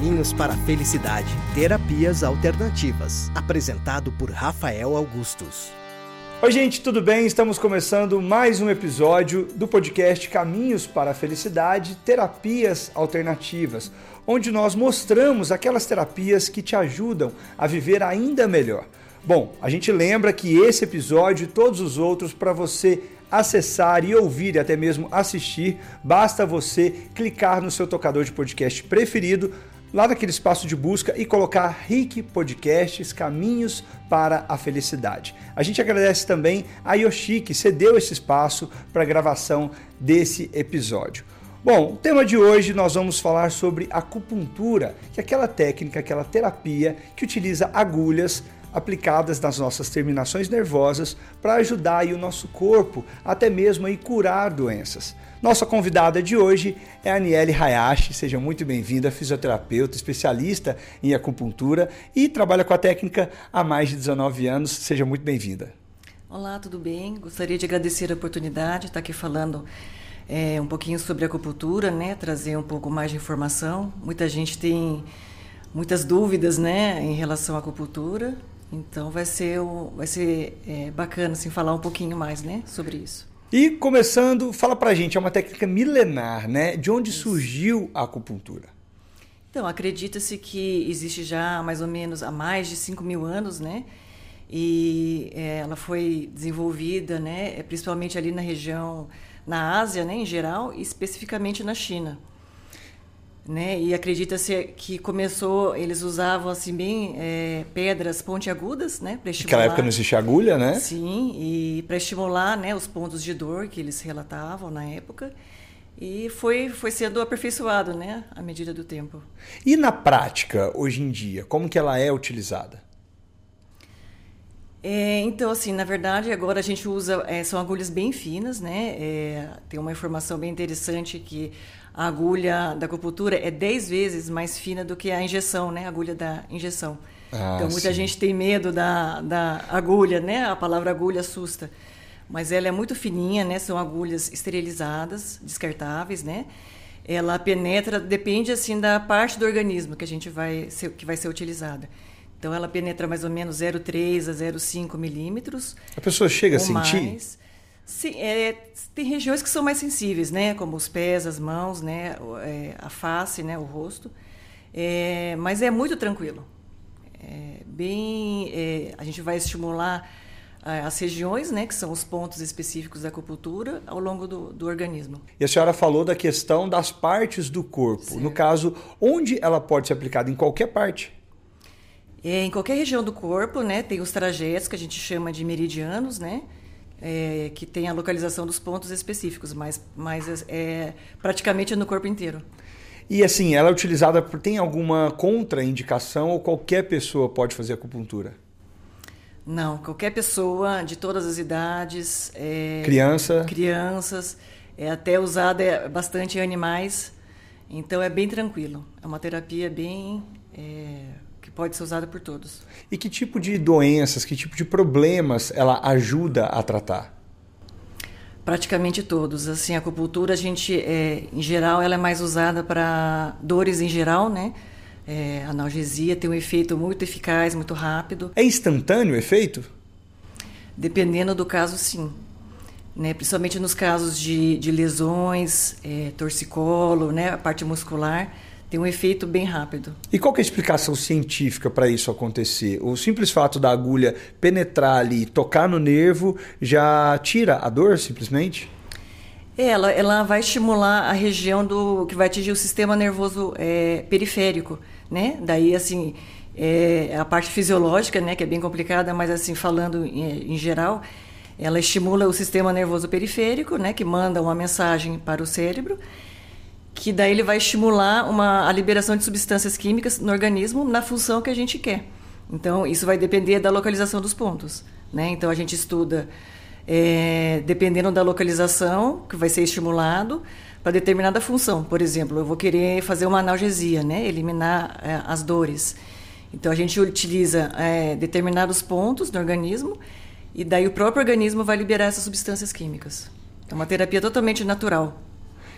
Caminhos para a Felicidade, Terapias Alternativas, apresentado por Rafael Augustus. Oi gente, tudo bem? Estamos começando mais um episódio do podcast Caminhos para a Felicidade, Terapias Alternativas, onde nós mostramos aquelas terapias que te ajudam a viver ainda melhor. Bom, a gente lembra que esse episódio e todos os outros, para você acessar e ouvir e até mesmo assistir, basta você clicar no seu tocador de podcast preferido, lá naquele espaço de busca e colocar RIC Podcasts, Caminhos para a Felicidade. A gente agradece também a Yoshi, que cedeu esse espaço para a gravação desse episódio. Bom, o tema de hoje nós vamos falar sobre acupuntura, que é aquela técnica, aquela terapia que utiliza agulhas aplicadas nas nossas terminações nervosas para ajudar aí o nosso corpo até mesmo a curar doenças. Nossa convidada de hoje é a Aniele Hayashi, seja muito bem-vinda, fisioterapeuta, especialista em acupuntura e trabalha com a técnica há mais de 19 anos, seja muito bem-vinda. Olá, tudo bem? Gostaria de agradecer a oportunidade de estar aqui falando um pouquinho sobre acupuntura, né? Trazer um pouco mais de informação. Muita gente tem muitas dúvidas, né, em relação à acupuntura. Então vai ser bacana assim, falar um pouquinho mais, né, sobre isso. E começando, fala pra gente, é uma técnica milenar, né? De onde surgiu a acupuntura? Então, acredita-se que existe já mais ou menos há mais de 5.000 anos, né? E ela foi desenvolvida, né, principalmente ali na região, na Ásia, né, em geral, e especificamente na China. Né? E acredita-se que começou, eles usavam assim bem pedras pontiagudas, né, para estimular. Naquela época não existia agulha, né? Sim, e para estimular, né, os pontos de dor que eles relatavam na época. E foi sendo aperfeiçoado, né, à medida do tempo. E na prática, hoje em dia, como que ela é utilizada? Então, assim, na verdade, agora a gente usa, são agulhas bem finas, né? Tem uma informação bem interessante que a agulha da acupuntura é 10 vezes mais fina do que a injeção, né? A agulha da injeção. Então, muita gente tem medo da agulha, né? A palavra agulha assusta. Mas ela é muito fininha, né? São agulhas esterilizadas, descartáveis, né? Ela penetra, depende, assim, da parte do organismo que vai ser utilizada. Então, ela penetra mais ou menos 0,3 a 0,5 milímetros. A pessoa chega a sentir? Mais. Sim, tem regiões que são mais sensíveis, né? Como os pés, as mãos, né? A face, né? O rosto. Mas é muito tranquilo. A gente vai estimular as regiões, né? Que são os pontos específicos da acupuntura ao longo do organismo. E a senhora falou da questão das partes do corpo. Certo. No caso, onde ela pode ser aplicada? Em qualquer parte? Em qualquer região do corpo, né, tem os trajetos que a gente chama de meridianos, né, que tem a localização dos pontos específicos, mas praticamente no corpo inteiro. E assim, ela é utilizada tem alguma contraindicação ou qualquer pessoa pode fazer acupuntura? Não, qualquer pessoa de todas as idades. Crianças, até usada bastante em animais, então é bem tranquilo. É uma terapia bem... que pode ser usada por todos. E que tipo de doenças, que tipo de problemas ela ajuda a tratar? Praticamente todos. Assim, a acupuntura, a gente, em geral, ela é mais usada para dores em geral, né? Analgesia tem um efeito muito eficaz, muito rápido. É instantâneo o efeito? Dependendo do caso, sim. Né? Principalmente nos casos de lesões, torcicolo, né? A parte muscular, tem um efeito bem rápido. E qual que é a explicação científica para isso acontecer? O simples fato da agulha penetrar ali, tocar no nervo, já tira a dor, simplesmente? Ela vai estimular a região que vai atingir o sistema nervoso periférico, né? Daí, assim, a parte fisiológica, né, que é bem complicada, mas, assim, falando em geral, ela estimula o sistema nervoso periférico, né, que manda uma mensagem para o cérebro, que daí ele vai estimular a liberação de substâncias químicas no organismo na função que a gente quer. Então, isso vai depender da localização dos pontos, né? Então, a gente estuda, dependendo da localização que vai ser estimulado, para determinada função. Por exemplo, eu vou querer fazer uma analgesia, né? Eliminar as dores. Então, a gente utiliza determinados pontos no organismo e daí o próprio organismo vai liberar essas substâncias químicas. É uma terapia totalmente natural.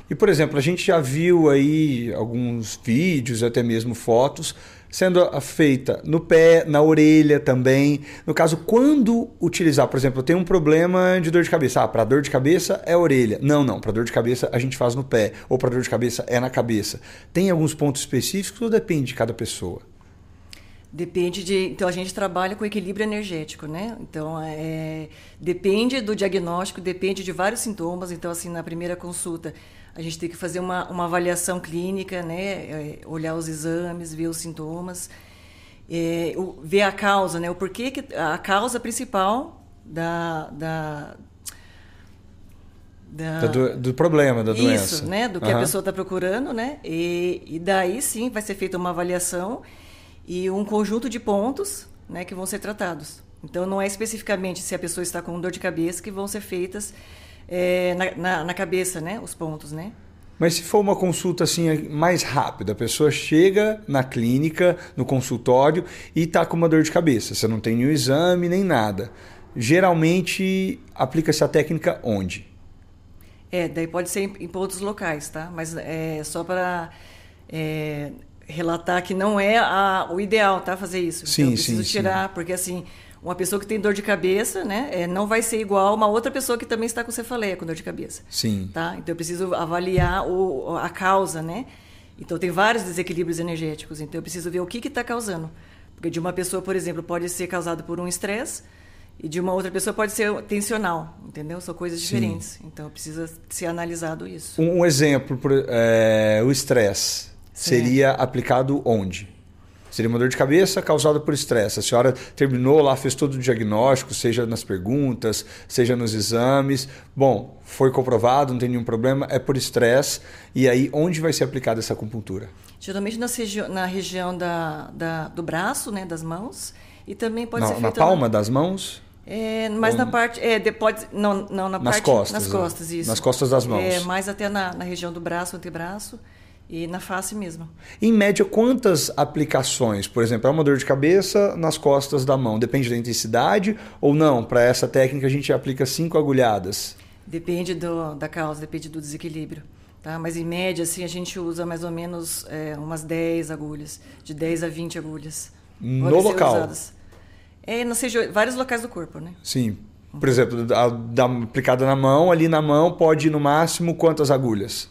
E, por exemplo, a gente já viu aí alguns vídeos, até mesmo fotos, sendo feita no pé, na orelha também. No caso, quando utilizar, por exemplo, eu tenho um problema de dor de cabeça. Para dor de cabeça é a orelha. Não, para dor de cabeça a gente faz no pé. Ou para dor de cabeça é na cabeça. Tem alguns pontos específicos ou depende de cada pessoa? Depende de... Então, a gente trabalha com equilíbrio energético, né? Então, depende do diagnóstico, depende de vários sintomas. Então, assim, na primeira consulta, a gente tem que fazer uma avaliação clínica, né? Olhar os exames, ver os sintomas, ver a causa, né? O porquê que... A causa principal do problema, da doença. Isso, né? Do que a pessoa está procurando, né? E daí, sim, vai ser feita uma avaliação e um conjunto de pontos, né, que vão ser tratados. Então, não é especificamente se a pessoa está com dor de cabeça que vão ser feitas na cabeça, né, os pontos, né? Mas se for uma consulta assim mais rápida, a pessoa chega na clínica, no consultório e está com uma dor de cabeça, você não tem nenhum exame nem nada. Geralmente, aplica-se a técnica onde? Daí pode ser em pontos locais, tá? Mas só para... relatar que não é o ideal, tá, fazer isso. Sim, então, eu preciso tirar, porque assim, uma pessoa que tem dor de cabeça, né, não vai ser igual a uma outra pessoa que também está com cefaleia, com dor de cabeça. Sim. Tá? Então eu preciso avaliar a causa, né? Então tem vários desequilíbrios energéticos, então eu preciso ver o que está causando. Porque de uma pessoa, por exemplo, pode ser causado por um estresse e de uma outra pessoa pode ser tensional, entendeu? São coisas diferentes. Sim. Então precisa ser analisado isso. Um exemplo, o estresse. Seria aplicado onde? Seria uma dor de cabeça causada por estresse. A senhora terminou lá, fez todo o diagnóstico, seja nas perguntas, seja nos exames. Bom, foi comprovado, não tem nenhum problema, é por estresse. E aí, onde vai ser aplicada essa acupuntura? Geralmente na região do braço, né, das mãos. E também pode ser feito... Na palma das mãos? Mas na parte... Nas costas. Nas costas, isso. Nas costas das mãos. Mais até na região do braço, antebraço. E na face mesmo. Em média, quantas aplicações? Por exemplo, é uma dor de cabeça nas costas da mão. Depende da intensidade ou não? Para essa técnica a gente aplica 5 agulhadas. Depende da causa, depende do desequilíbrio. Tá? Mas em média, assim, a gente usa mais ou menos umas 10 agulhas. De 10 a 20 agulhas. No local? Vários locais do corpo, né? Sim. Por exemplo, aplicada na mão, ali na mão pode ir no máximo quantas agulhas?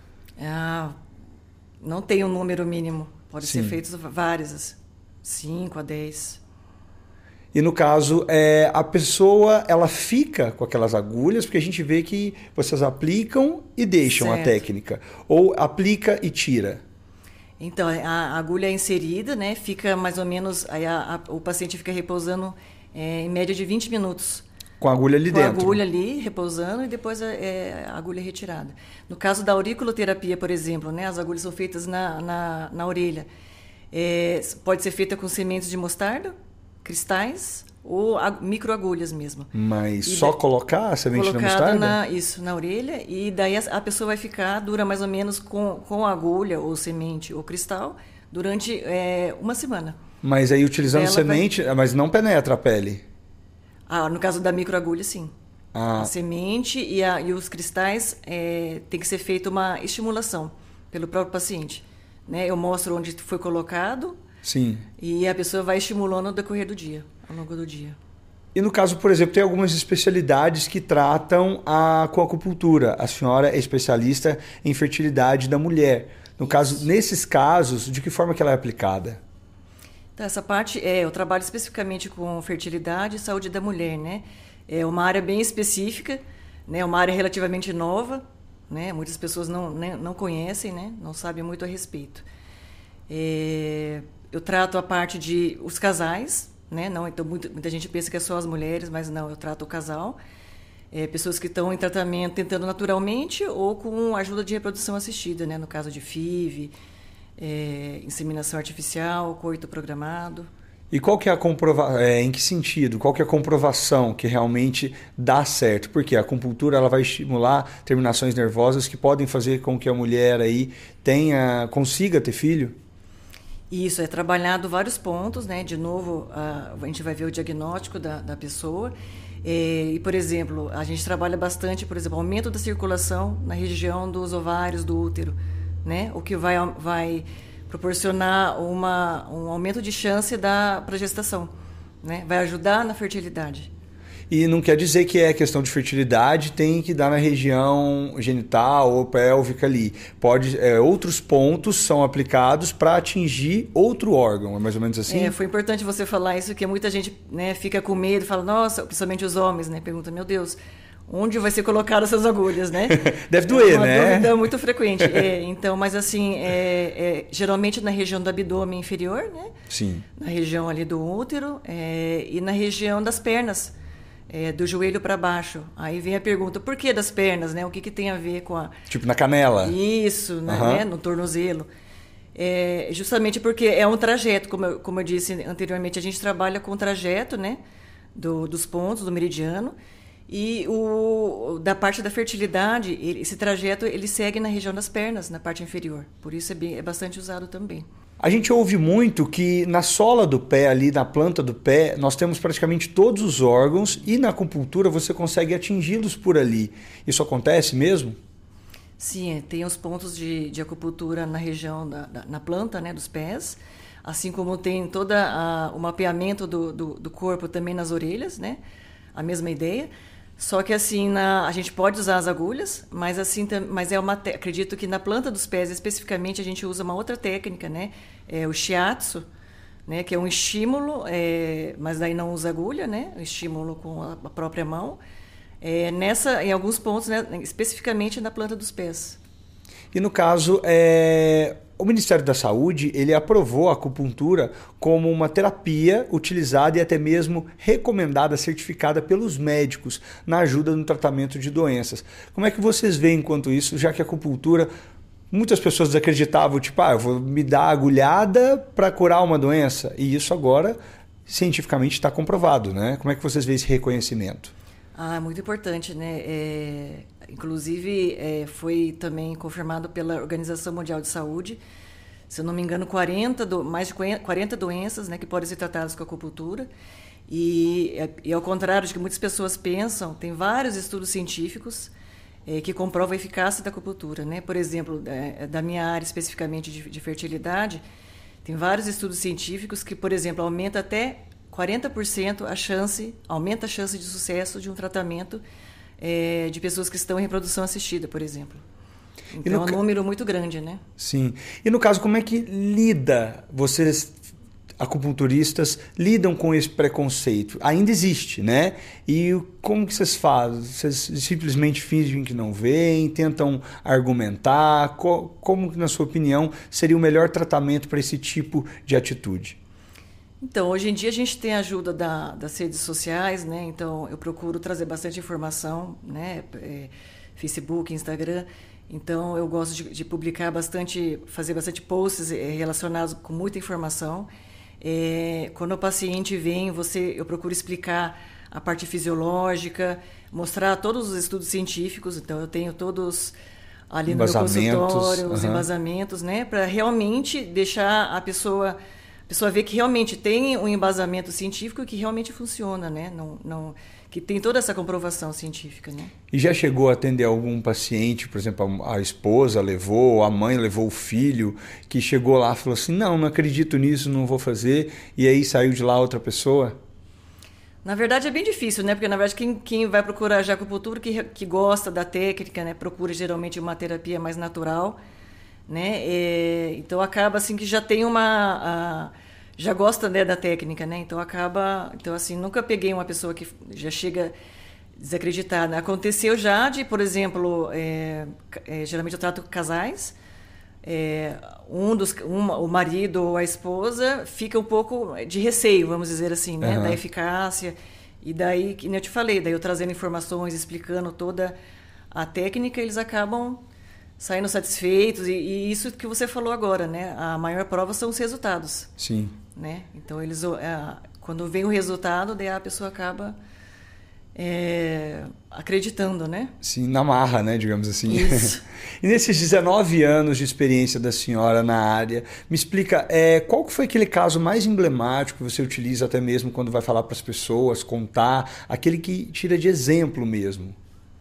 Não tem um número mínimo. Pode ser feitos várias, 5 a 10. E no caso, a pessoa ela fica com aquelas agulhas, porque a gente vê que vocês aplicam e deixam a técnica. Ou aplica e tira. Então, a agulha é inserida, né? Fica mais ou menos... Aí o paciente fica repousando em média de 20 minutos. Com a agulha ali dentro. Com a agulha ali, repousando, e depois a agulha retirada. No caso da auriculoterapia, por exemplo, né, as agulhas são feitas na orelha. Pode ser feita com sementes de mostarda, cristais ou microagulhas mesmo. Mas só colocar a semente de mostarda? Isso, na orelha. E daí a pessoa vai ficar, dura mais ou menos com a agulha ou semente ou cristal, durante uma semana. Mas aí utilizando semente, mas não penetra a pele? No caso da microagulha, sim. A semente e os cristais tem que ser feita uma estimulação pelo próprio paciente. Né? Eu mostro onde foi colocado. Sim. E a pessoa vai estimulando ao decorrer do dia, ao longo do dia. E no caso, por exemplo, tem algumas especialidades que tratam com acupuntura. A senhora é especialista em fertilidade da mulher. No caso, nesses casos, de que forma que ela é aplicada? Então, essa parte, eu trabalho especificamente com fertilidade e saúde da mulher, né? É uma área bem específica, né? Uma área relativamente nova, né? Muitas pessoas não conhecem, né? Não sabem muito a respeito. Eu trato a parte de os casais, né? Não, então muita gente pensa que é só as mulheres, mas não, eu trato o casal. Pessoas que estão em tratamento tentando naturalmente ou com ajuda de reprodução assistida, né? No caso de FIV, inseminação artificial, coito programado. E qual que é a comprovação? Em que sentido? Qual que é a comprovação que realmente dá certo? Porque a acupuntura ela vai estimular terminações nervosas que podem fazer com que a mulher aí consiga ter filho? Isso, é trabalhado vários pontos, né? De novo, a gente vai ver o diagnóstico da pessoa. E, por exemplo, a gente trabalha bastante, por exemplo, aumento da circulação na região dos ovários, do útero, né? O que vai proporcionar um aumento de chance para a gestação, né? Vai ajudar na fertilidade. E não quer dizer que é questão de fertilidade, tem que dar na região genital ou pélvica ali. Outros pontos são aplicados para atingir outro órgão, é mais ou menos assim? Foi importante você falar isso, porque muita gente, né, fica com medo, fala, nossa, principalmente os homens, né, pergunta, meu Deus, onde vai ser colocado essas agulhas, né? Deve doer, né? É uma dúvida muito frequente. Então, mas assim, geralmente na região do abdômen inferior, né? Sim. Na região ali do útero e na região das pernas. Do joelho para baixo. Aí vem a pergunta, por que das pernas, né? O que tem a ver com a... Tipo na canela? Isso, né? No tornozelo. Justamente porque é um trajeto, como eu disse anteriormente, a gente trabalha com o trajeto, né? Dos pontos, do meridiano. E da parte da fertilidade, esse trajeto ele segue na região das pernas, na parte inferior. Por isso é bastante usado também. A gente ouve muito que na sola do pé, ali na planta do pé, nós temos praticamente todos os órgãos e na acupuntura você consegue atingi-los por ali. Isso acontece mesmo? Sim, tem os pontos de acupuntura na região na planta, né, dos pés, assim como tem todo o mapeamento do corpo também nas orelhas, né? A mesma ideia. Só que assim, a gente pode usar as agulhas, mas acredito que na planta dos pés especificamente a gente usa uma outra técnica, né? O shiatsu, né? Que é um estímulo, mas daí não usa agulha, né? O estímulo com a própria mão. Em alguns pontos, né? Especificamente na planta dos pés. E no caso, o Ministério da Saúde ele aprovou a acupuntura como uma terapia utilizada e até mesmo recomendada, certificada pelos médicos na ajuda no tratamento de doenças. Como é que vocês veem quanto isso, já que a acupuntura, muitas pessoas acreditavam, tipo, eu vou me dar agulhada para curar uma doença, e isso agora cientificamente está comprovado, né? Como é que vocês veem esse reconhecimento? Muito importante, né? Inclusive, foi também confirmado pela Organização Mundial de Saúde, se eu não me engano, mais de 40 doenças, né, que podem ser tratadas com acupuntura. E ao contrário de que muitas pessoas pensam, tem vários estudos científicos que comprovam a eficácia da acupuntura, né? Por exemplo, da minha área especificamente de fertilidade, tem vários estudos científicos que, por exemplo, aumenta até 40% aumenta a chance de sucesso de um tratamento de pessoas que estão em reprodução assistida, por exemplo. Então, é um número muito grande, né? Sim. E no caso, como é que vocês, acupunturistas, lidam com esse preconceito? Ainda existe, né? E como que vocês fazem? Vocês simplesmente fingem que não veem, tentam argumentar? Como que, na sua opinião, seria o melhor tratamento para esse tipo de atitude? Então, hoje em dia a gente tem a ajuda das redes sociais, né? Então, eu procuro trazer bastante informação, né? Facebook, Instagram. Então, eu gosto de publicar fazer bastante posts relacionados com muita informação. Quando o paciente vem, eu procuro explicar a parte fisiológica, mostrar todos os estudos científicos. Então, eu tenho todos ali no meu consultório, os embasamentos, né? Para realmente deixar a pessoa ver que realmente tem um embasamento científico que realmente funciona, né? Que tem toda essa comprovação científica, né? E já chegou a atender algum paciente, por exemplo, a esposa levou, a mãe levou o filho, que chegou lá e falou assim, não acredito nisso, não vou fazer, e aí saiu de lá outra pessoa? Na verdade é bem difícil, né? Porque na verdade quem vai procurar já acupuntura, que gosta da técnica, né? Procura geralmente uma terapia mais natural, né? Então acaba assim que já tem já gosta, né, da técnica, né? Então assim, nunca peguei uma pessoa que já chega desacreditada. Aconteceu já por exemplo, geralmente eu trato casais, o marido ou a esposa fica um pouco de receio, vamos dizer assim, né, da eficácia. E daí, que eu te falei, daí eu trazendo informações, explicando toda a técnica, eles acabam saindo satisfeitos, e isso que você falou agora, né? A maior prova são os resultados. Sim. Né? Então, quando vem o resultado, daí a pessoa acaba acreditando, né? Sim, na marra, né, digamos assim. Isso. E nesses 19 anos de experiência da senhora na área, me explica, qual que foi aquele caso mais emblemático que você utiliza até mesmo quando vai falar para as pessoas, contar, aquele que tira de exemplo mesmo?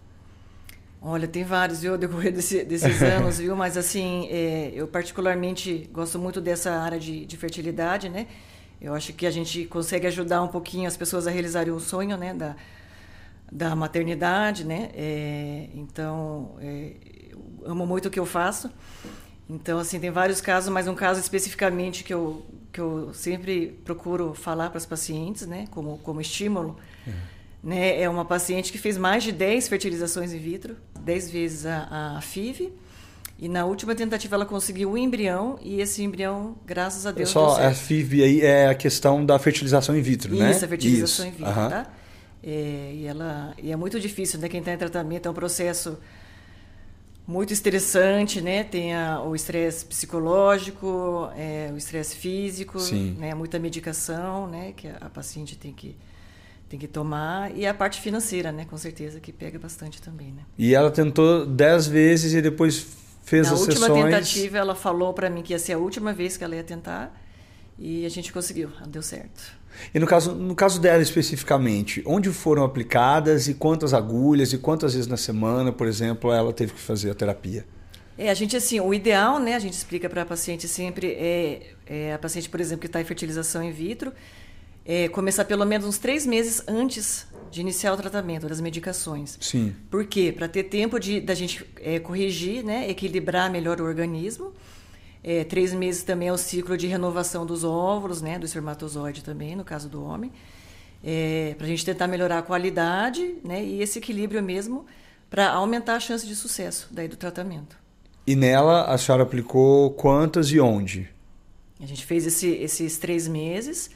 Olha, tem vários, viu, ao decorrer desses anos, viu? Mas, assim, eu particularmente gosto muito dessa área de fertilidade, né? Eu acho que a gente consegue ajudar um pouquinho as pessoas a realizarem um sonho, né? Da maternidade, né? Então, eu amo muito o que eu faço. Então, assim, tem vários casos, mas um caso especificamente que eu sempre procuro falar para os pacientes, né? Como estímulo, né? É uma paciente que fez mais de 10 fertilizações in vitro, 10 vezes a FIV, e na última tentativa ela conseguiu um embrião, e esse embrião, graças a Deus, deu certo. A FIV aí é a questão da fertilização in vitro, né? Isso, a fertilização in vitro, tá? E é muito difícil, né? Quem está em tratamento é um processo muito estressante, né? Tem o estresse psicológico, o estresse físico, né? Muita medicação, né? Que a paciente tem que tomar, e a parte financeira, né? Com certeza, que pega bastante também, né? E ela tentou 10 vezes e depois fez as sessões... Na última tentativa, ela falou para mim que ia ser a última vez que ela ia tentar, e a gente conseguiu, deu certo. E no caso dela especificamente, onde foram aplicadas e quantas agulhas e quantas vezes na semana, por exemplo, ela teve que fazer a terapia? A gente, assim, o ideal, né, a gente explica para a paciente sempre, a paciente, por exemplo, que está em fertilização in vitro, começar pelo menos uns 3 meses antes de iniciar o tratamento das medicações. Sim. Por quê? Para ter tempo da gente corrigir, né, equilibrar melhor o organismo. 3 meses também é o ciclo de renovação dos óvulos, né, do espermatozoide também, no caso do homem, para a gente tentar melhorar a qualidade, né, e esse equilíbrio mesmo para aumentar a chance de sucesso daí do tratamento. E nela a senhora aplicou quantas e onde? A gente fez esses 3 meses,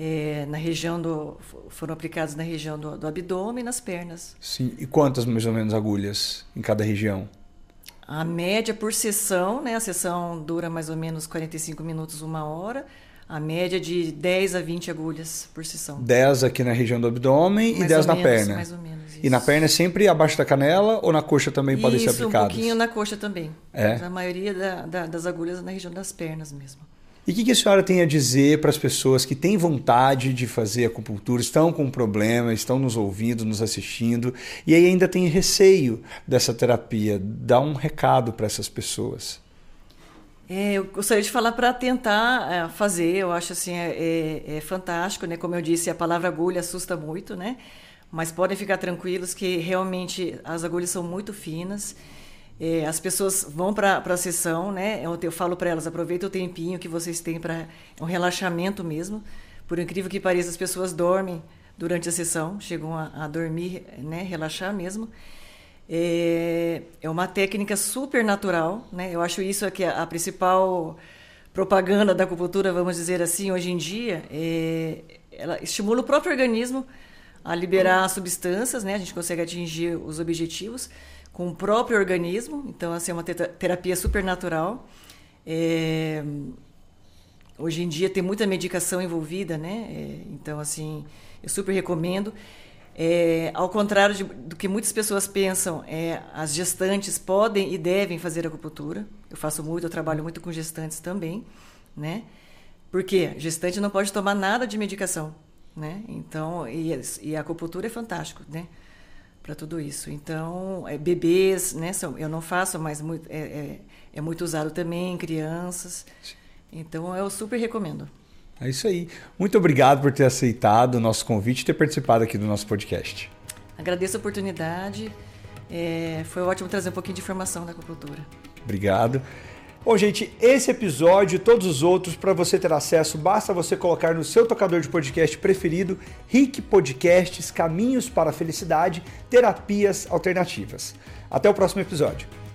foram aplicados na região do abdômen e nas pernas. Sim. E quantas mais ou menos agulhas em cada região? A média por sessão, né? A sessão dura mais ou menos 45 minutos, 1 hora. A média de 10 a 20 agulhas por sessão. 10 aqui na região do abdômen e 10 na perna. Mais ou menos, isso. E na perna é sempre abaixo da canela ou na coxa também podem ser aplicadas? Um pouquinho na coxa também. Mas a maioria das agulhas é na região das pernas mesmo. E o que a senhora tem a dizer para as pessoas que têm vontade de fazer acupuntura, estão com um problema, estão nos ouvindo, nos assistindo, e aí ainda tem receio dessa terapia? Dá um recado para essas pessoas. Eu gostaria de falar para tentar fazer. Eu acho assim, é fantástico, né? Como eu disse, a palavra agulha assusta muito, né? Mas podem ficar tranquilos que realmente as agulhas são muito finas. As pessoas vão para a sessão, né? Eu falo para elas, aproveita o tempinho que vocês têm para um relaxamento mesmo. Por incrível que pareça, as pessoas dormem durante a sessão, chegam a dormir, né? Relaxar mesmo. É uma técnica super natural, né? Eu acho isso aqui a principal propaganda da acupuntura, vamos dizer assim, hoje em dia. Ela estimula o próprio organismo a liberar substâncias, né? A gente consegue atingir os objetivos com o próprio organismo. Então, assim, é uma terapia super natural. Hoje em dia tem muita medicação envolvida, né? Então, assim, eu super recomendo. Ao contrário do que muitas pessoas pensam, as gestantes podem e devem fazer acupuntura. Eu trabalho muito com gestantes também, né? Porque gestante não pode tomar nada de medicação, né? Então, e a acupuntura é fantástico, né? Para tudo isso. Então, bebês, né? Eu não faço, mas é muito usado também em crianças. Então, eu super recomendo. É isso aí. Muito obrigado por ter aceitado o nosso convite e ter participado aqui do nosso podcast. Agradeço a oportunidade. Foi ótimo trazer um pouquinho de informação da acupuntura. Obrigado. Bom, gente, esse episódio e todos os outros, para você ter acesso, basta você colocar no seu tocador de podcast preferido RIC Podcasts, Caminhos para a Felicidade, Terapias Alternativas. Até o próximo episódio.